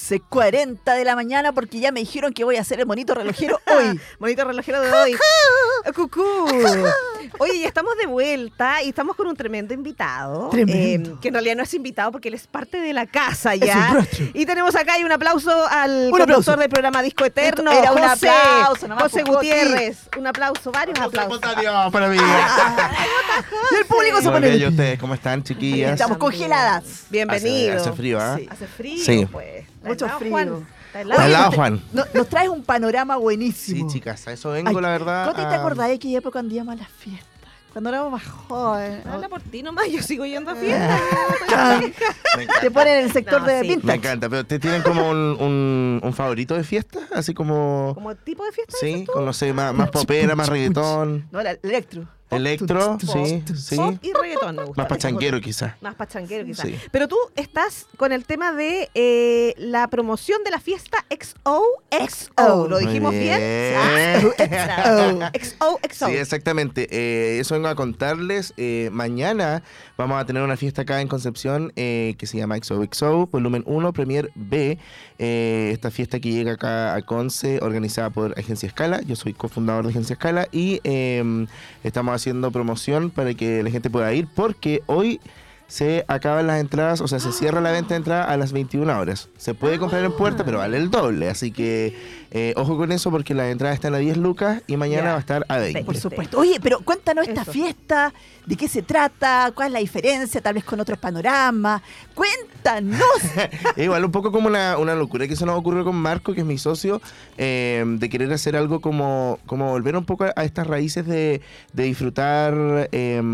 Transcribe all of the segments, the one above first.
11:40 de la mañana porque ya me dijeron que voy a hacer el monito relojero hoy. Monito relojero de hoy. ¡Cucú! Oye, ya estamos de vuelta y estamos con un tremendo invitado. Tremendo. Que en realidad no es invitado porque él es parte de la casa Es ya. un rostro. Y tenemos acá un aplauso al Un aplauso. conductor del programa Disco Eterno. Era un José, aplauso, nomás, José por Joti. Gutiérrez. Un aplauso, varios aplausos. Espontáneo para mí. Y el público se Muy pone... bello ustedes, ¿cómo están, chiquillas? Estamos congeladas. Bienvenido. Hace frío, ¿ah? Sí. Hace frío, Sí. pues. Está Mucho helado, frío. Juan. Está Está helado, helado. Juan. Nos traes un panorama buenísimo. Sí, chicas, a eso vengo, la verdad. ¿Cómo te acordás de aquella época cuando íbamos a las fiestas? Cuando éramos más jóvenes. Habla por ti nomás, yo sigo yendo a fiestas. Me encanta. Te ponen en el sector No, de sí. vintage. Me encanta, pero ¿te tienen como un favorito de fiesta? Así como... ¿Como tipo de fiesta? Sí, dices tú? con no sé, más popera, más reggaetón. No, el electro. Electro, sí, Pop, sí. Pop y reggaetón me gusta. Más pachanguero quizás. Más pachanguero quizás. Sí. Pero tú estás con el tema de la promoción de la fiesta XOXO. ¿Lo Muy dijimos bien? bien. XOXO. Sí, exactamente. Eso vengo a contarles. Mañana vamos a tener una fiesta acá en Concepción que se llama XOXO, volumen 1, Premier B. Esta fiesta que llega acá a Conce, organizada por Agencia Escala. Yo soy cofundador de Agencia Escala y estamos haciendo promoción para que la gente pueda ir porque hoy se acaban las entradas, o sea, se cierra la venta de entrada a las 21 horas. Se puede comprar en puerta, pero vale el doble. Así que ojo con eso porque la entrada está a 10 lucas y mañana Ya. va a estar a 20. Por supuesto. Oye, pero cuéntanos esta Eso. fiesta, de qué se trata, cuál es la diferencia, tal vez con otros panoramas. Cuéntanos. Igual un poco como una locura que se nos ocurrió con Marco, que es mi socio, de querer hacer algo como volver un poco a estas raíces de disfrutar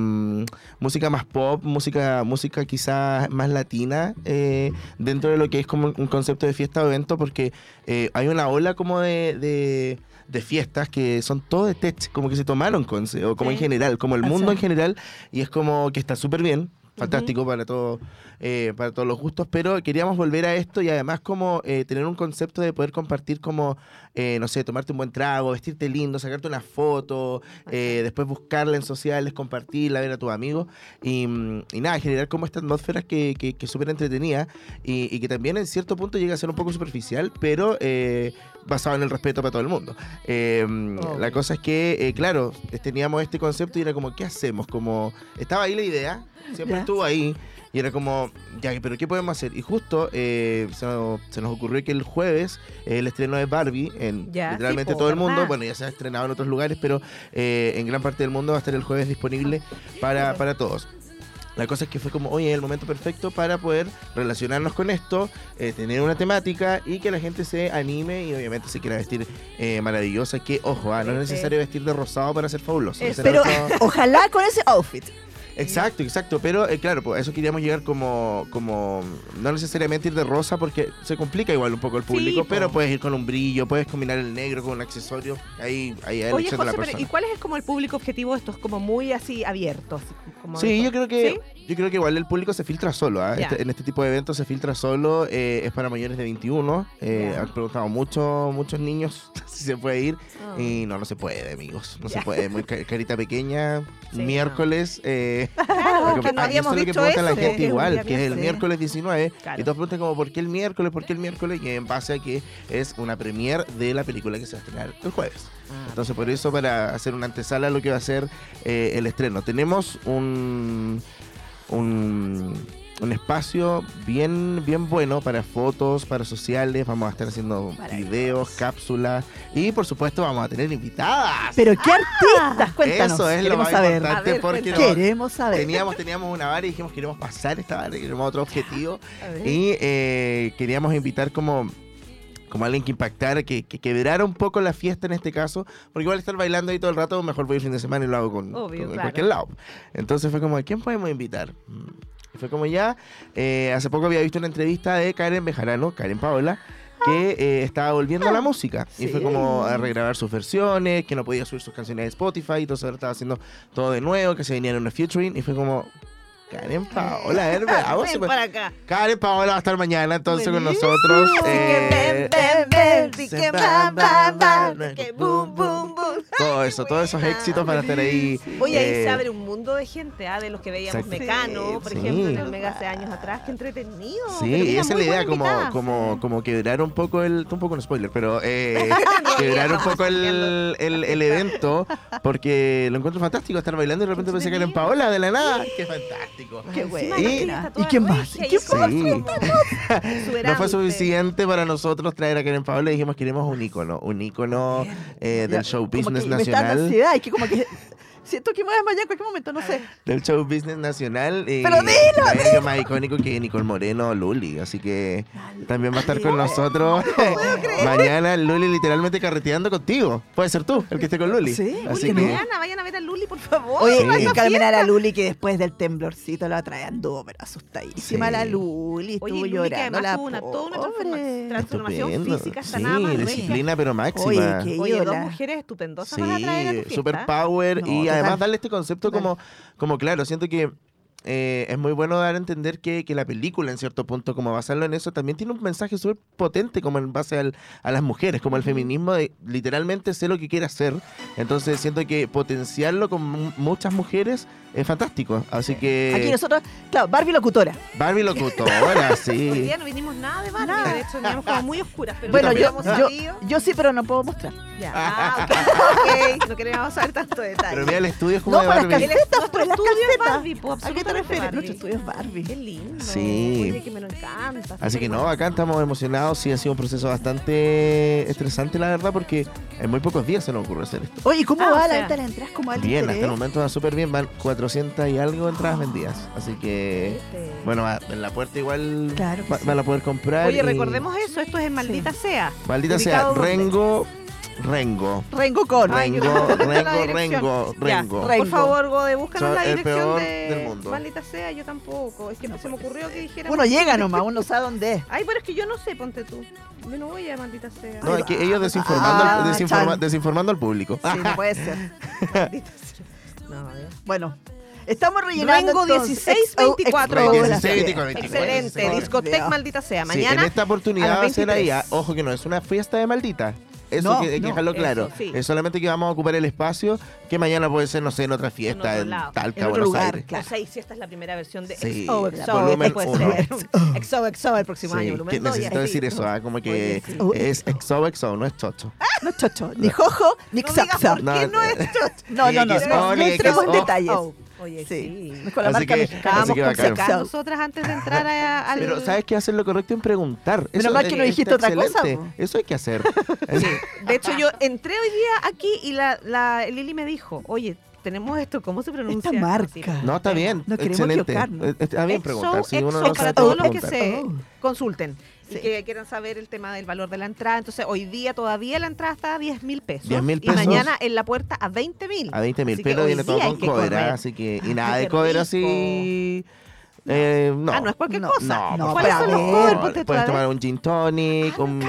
música más pop, música quizás más latina, dentro de lo que es como un concepto de fiesta o evento, porque hay una ola como de fiestas que son todo de tech, como que se tomaron Conce, o como Sí. en general, como el O mundo sea. en general, y es como que está súper bien. Fantástico para todos los gustos, pero queríamos volver a esto y además como tener un concepto de poder compartir como, no sé, tomarte un buen trago, vestirte lindo, sacarte una foto, después buscarla en sociales, compartirla, ver a tus amigos y nada, generar como esta atmósfera que es súper entretenida y que también en cierto punto llega a ser un poco superficial, pero basado en el respeto para todo el mundo. La cosa es que, claro, teníamos este concepto y era como, ¿qué hacemos? Como, estaba ahí la idea, siempre Ya. estuvo ahí y era como, ya, pero ¿qué podemos hacer? Y justo se nos ocurrió que el jueves el estreno de Barbie en Ya, literalmente sí, po, todo el mundo, ¿verdad? bueno, ya se ha estrenado en otros lugares, pero en gran parte del mundo va a estar el jueves disponible para todos. La cosa es que fue como, oye, el momento perfecto para poder relacionarnos con esto, tener una temática y que la gente se anime y obviamente se quiera vestir maravillosa. Que, ojo, no es necesario vestir de rosado para ser fabuloso. Eso. Pero No- ojalá con ese outfit. Exacto, pero claro, pues a eso queríamos llegar como no necesariamente ir de rosa porque se complica igual un poco el público, po. pero puedes ir con un brillo, puedes combinar el negro con un accesorio, ahí hay Oye, elección de la José, persona. ¿y cuál es como el público objetivo de esto? ¿Es como muy así abierto? Así como Sí, de- yo creo que ¿Sí? igual el público se filtra solo, ¿ah? Ya. En este tipo de eventos se filtra solo, es para mayores de 21, Ya. han preguntado muchos niños si se puede ir Ah. y no se puede, amigos, no Ya. se puede, muy carita pequeña, Sí, miércoles, Claro, porque, que no y habíamos eso es lo que dicho pregunta la eso, gente que es un igual, día que es el miércoles. miércoles 19, Claro. y todos preguntan como, ¿por qué el miércoles? ¿Por qué el miércoles? Y en base a que es una premier de la película que se va a estrenar el jueves. Entonces por eso, para hacer una antesala a lo que va a ser el estreno, tenemos un espacio bien bueno para fotos, para sociales, vamos a estar haciendo Maravilloso. videos, cápsulas y por supuesto vamos a tener invitadas. Pero qué artistas, cuéntanos. Eso es lo Queremos más saber. importante A ver, porque cuéntanos. Queremos saber. teníamos una vara y dijimos queremos pasar esta vara, queremos otro objetivo A ver. y queríamos invitar como alguien que impactara, que quebrara un poco la fiesta en este caso, porque igual estar bailando ahí todo el rato, mejor voy el fin de semana y lo hago Obvio, en claro. cualquier lado. Entonces fue como, ¿a quién podemos invitar? Y fue como ya, hace poco había visto una entrevista de Karen Bejarano, Karen Paola, que estaba volviendo a la música. Y Sí. fue como a regrabar sus versiones, que no podía subir sus canciones de Spotify, entonces ahora estaba haciendo todo de nuevo, que se venían en una featuring, y fue como... Karen Paola, a ver, veamos. Ven si puede- para acá. Karen Paola va a estar mañana entonces con Buenísimo. nosotros. Así que ven, ven, ven, di que bam, bam, bam, di que boom, boom, boom. Todo todo eso, todos esos éxitos van a estar ahí. Oye, ahí se abre un mundo de gente, de los que veíamos Exacto. Mecano, por Sí. ejemplo, en el Mega hace años atrás, qué entretenido. Sí, Pero y mira, esa es muy la idea, buena invitada. como quebrar un poco un poco un spoiler, pero quebrar un poco el evento, porque lo encuentro fantástico estar bailando y de repente pensé que era en Paola de la nada. ¡Qué fantástico! Qué Encima buena. la gente está toda ¿Y quién más? regia ¿Y quién más? Sí. exuberante. No fue suficiente para nosotros traer a Karen Paola y dijimos queremos un ícono del show Como business que me está dando nacional. ansiedad, es que como que siento que me voy a desmayar en cualquier momento, no sé. Del show business nacional. Pero dilo, no hay algo más icónico que Nicole Moreno, Luli. Así que también va a estar con nosotros mañana. Luli literalmente carreteando contigo. Puede ser tú el que esté con Luli. Sí, Así Luli, que mañana vayan a ver a Luli, por favor. Oye, Sí. encaminar a la Luli que después del temblorcito la trae anduvo, pero asustadísima Sí. la Luli, estuvo Oye, Luli, que llorando además la tuvo toda una pobre. transformación Estupendo. física, está Sí, nada más regia. disciplina pero máxima. Oye, qué Oye, dos ídola. mujeres estupendosas van a traer a tu Sí, fiesta. super power No, y total. además darle este concepto como claro, siento que es muy bueno dar a entender que la película en cierto punto, como basarlo en eso, también tiene un mensaje súper potente como en base a las mujeres, como el feminismo de literalmente sé lo que quiere hacer, entonces siento que potenciarlo con muchas mujeres es fantástico, así que Aquí nosotros, claro, Barbie locutora. Barbie locutora, Hoy sí. día no vinimos nada de Barbie, Nada. de hecho veníamos como muy oscuras, pero Bueno, ya yo, habíamos salido. yo sí, pero no puedo mostrar. Ya. Ok, no queremos saber tanto detalle. Pero mira, el estudio es como No, de por las Barbie. calcetas, Nuestro por las estudio es calcetas. Barbie, po, ¿A qué te absolutamente refieres? Barbie. Nuestro estudio es Barbie. Qué lindo. Sí. Oye, que me lo encanta. Así que súper no, bueno. acá estamos emocionados, sí ha sido un proceso bastante estresante la verdad porque en muy pocos días se nos ocurre hacer esto. Oye, ¿cómo Ah, va o la sea, venta de las entradas? ¿Cómo va el Bien, hasta interés? el momento va súper bien, van 400 y algo entradas vendidas, así que bueno, en la puerta igual Claro que sí. van a poder comprar. Oye, y- recordemos eso, esto es en Maldita Sea. Maldita sea, ¿Ubicado dónde? Rengo, Rengo con. Ay, yo Rengo, tampoco tengo la Rengo, dirección. Rengo, Ya, Rengo. Rengo. Por favor, Gode, búscanos Soy la el dirección peor de del mundo. Maldita Sea, yo tampoco. Es que se me ocurrió que dijera. Uno llega nomás, uno sabe dónde es. Ay, pero es que yo no sé, ponte tú. Yo no voy a Maldita Sea. No, Ahí es que va. ellos desinformando, Ah, chan. desinformando al público. Sí, no puede ser. Maldita Sea. No, a ver. Bueno, estamos rellenando Rengo entonces, 1624. ex- Rengo las 1624. fiestas. Excelente, Sí. discoteca Maldita Sea. Sí, Mañana. en esta a oportunidad las va a ser ahí, 23. ojo que no es una fiesta de maldita. Eso No, hay que no, dejarlo claro. eso, sí. Es solamente que vamos a ocupar el espacio que mañana puede ser, no sé, en otra fiesta, otro en lado. Talca, En otro Buenos lugar, Aires. claro. O sea, y si esta es la primera versión de Sí, XOXO, volumen puede uno. ser. XOXO el próximo Sí, año, que volumen 2. necesito decir eso, como que Oye, sí. es XOXO, no es chocho. No es chocho, ni jojo, ni No digas xapsa. por qué no es No, no, no, XO, no, no ni entremos en XO. detalles. Oye, Sí, sí. no es con la Así marca que- mexicana. así Estábamos que bacán. consecando nosotras antes de entrar al... Pero ¿sabes qué? Hacer lo correcto en preguntar. Menos mal que no dijiste está otra cosa, excelente. po. Eso hay que hacer. De hecho, yo entré hoy día aquí y la Lili me dijo, oye, tenemos esto, ¿cómo se pronuncia? Esta marca. Así, No, está bien. No queremos excelente. equivocarnos. Está bien preguntar. Si uno Exo, no para sabe, todos puede los que preguntar. se consulten Sí. y que quieran saber el tema del valor de la entrada. Entonces, hoy día todavía la entrada está a 10.000 pesos. 10.000 Y pesos. mañana en la puerta a 20.000. A 20.000, Así que pero hoy viene todo día hay con que cover, correr. así que. Y Ah, nada de qué cover rico. así. No. Ah, no es cualquier No, cosa. No, ¿cuáles por son los favor. covers? Ponte tú, a Puedes ver. tomar un gin tonic, un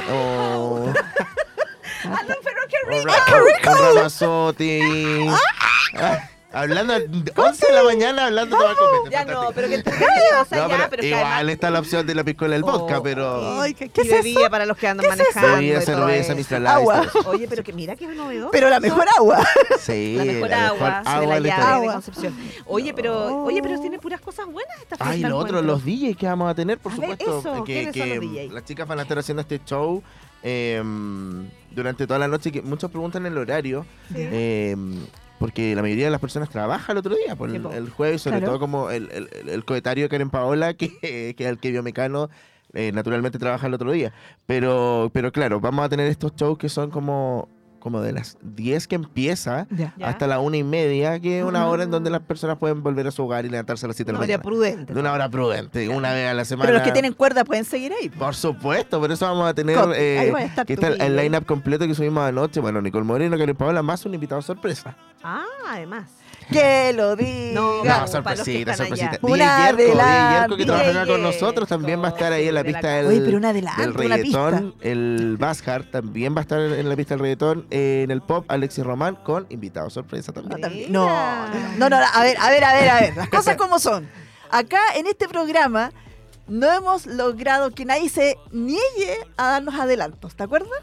Ah, no, pero qué rico. un ramazotti. Hablando a 11 de la mañana, hablando de tomar copete. Ya no, fantástico. pero que entretenido, o sea, No, ya, pero pero que igual además- está la opción de la piscola del vodka, Oh, pero. Ay, ¿qué y es eso? bebida para los que andan manejando. Bebida, y todo cerveza, eso. Mistral Agua. Ice, todo eso. Oye, pero que mira que es novedoso. Pero la mejor agua. Sí, La mejor agua, de la del llave estado. de Agua. Concepción. Oye, pero tiene puras cosas buenas esta fiesta. Ay, lo otro, encuentro. los DJs que vamos a tener, por A ver, supuesto. eso, ¿quiénes son los DJs? Las chicas van a estar haciendo este show durante toda la noche. Que muchos preguntan el horario. Porque la mayoría de las personas trabaja el otro día, por Sí, po. el jueves, sobre Claro. todo como el coetario de Karen Paola, que es el que vio Mecano, naturalmente trabaja el otro día. Pero claro, vamos a tener estos shows que son como de las 10 que empieza Ya. Ya. hasta la 1:30, que es una hora en donde las personas pueden volver a su hogar y levantarse a las 7 de la Una hora mañana. prudente. De una hora prudente, una vez a la semana. Pero los que tienen cuerda pueden seguir ahí. Por supuesto, por eso vamos a tener Copy, ahí va a estar que tu está el video. line-up completo que subimos anoche. Bueno, Nicole Moreno, Karen Paola, más un invitado sorpresa. Ah, además. Que lo diga. No, No, para los que sorpresita, están allá. sorpresita. Un DJ adelanto. que trabaja acá con DJ nosotros, también va a estar ahí en la de la pista casa. del, Oye, pero un adelanto, del una reggaetón. El Bashar también va a estar en la pista del reggaetón. En el pop, Alexis Román con invitado sorpresa No, también. también. Mira. No, a ver. Las cosas como son. Acá en este programa no hemos logrado que nadie se niegue a darnos adelantos, ¿te acuerdas?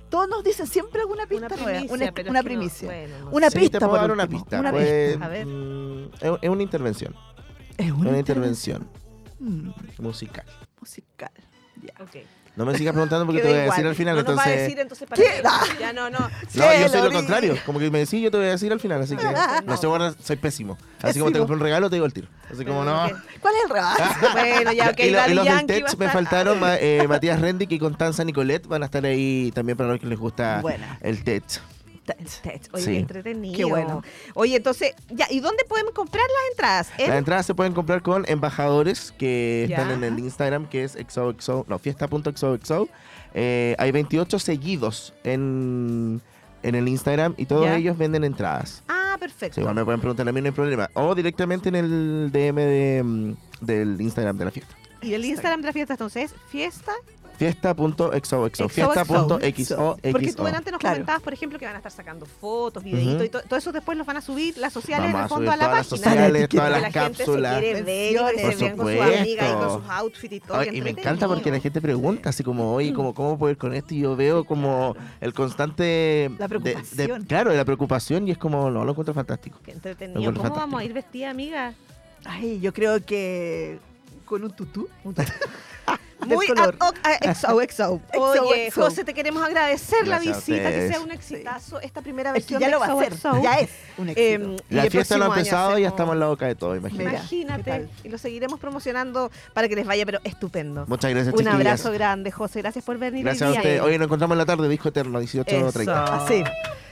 Todos nos dicen siempre alguna pista nueva. pero Una es que no, primicia. bueno, no Una Sí, pista, te puedo por dar una último. pista. Una Pues, pista. A ver. es una intervención. Es Una intervención musical. musical. Ya. Ok. No me sigas preguntando porque te Quedó voy a decir igual. al final, no nos va a entonces... decir, entonces ¿para ¿Qué? qué? Ah. Ya no. No, yo soy lo Lori. contrario. Como que me decís, yo te voy a decir al final, así que no sé, bueno, soy pésimo. Así como te Pésimo. compré un regalo, te digo el tiro. Así como no. Ok. ¿Cuál es el regalo? Bueno, ya, ok, y Daddy los del Yankee va Tech a me estar- faltaron Matías Rendick y Constanza Nicolet van a estar ahí también para los que les gusta Buena. el Tech. Tech. Oye, Sí. qué entretenido. Qué bueno. Oye, entonces, ya, ¿y dónde podemos comprar las entradas? Las entradas se pueden comprar con embajadores que Ya. están en el Instagram, que es fiesta.xoxo. Hay 28 seguidos en el Instagram y todos Ya. ellos venden entradas. Ah, Sí, perfecto. igual me pueden preguntar a mí, no hay problema. O directamente en el DM del Instagram de la fiesta. Y el Instagram de la fiesta entonces es fiesta. Fiesta.xoxo. XOXO. Fiesta.xoxo. Porque tú antes nos Claro. comentabas, por ejemplo, que van a estar sacando fotos, videitos y todo eso después los van a subir las sociales en Vamos el a fondo subir a la todas las página. sociales, todas Que las la gente cápsulas. se quiere ver y que Por se vean con sus supuesto. amigas y con sus outfits y todo. Ay, qué y me encanta porque la entretenido. gente pregunta así como, oye, ¿cómo puedo ir con esto? Y yo veo como el constante... La preocupación. claro, de la preocupación y es como, no, lo encuentro fantástico. Qué Lo entretenido. encuentro ¿Cómo vamos fantástico. a ir vestida, amiga? Ay, yo creo que con un tutú. Muy Del color. ad hoc a XOXO. Oye, XOXO. José, te queremos agradecer la Gracias a visita, que ustedes. sea un exitazo esta primera Es que versión ya de lo va a hacer. XOXO. Ya es un éxito. Y La el fiesta no ha próximo año empezado y ya hacemos- estamos en la boca de todo, imagínate. Mira, Imagínate. ¿qué tal? Y lo seguiremos promocionando para que les vaya, pero estupendo. Muchas gracias, Un chiquillas. abrazo grande, José. Gracias por venir Gracias a hoy día. ustedes. Hoy nos encontramos en la tarde, Disco Eterno, 18:30. Eso. Así.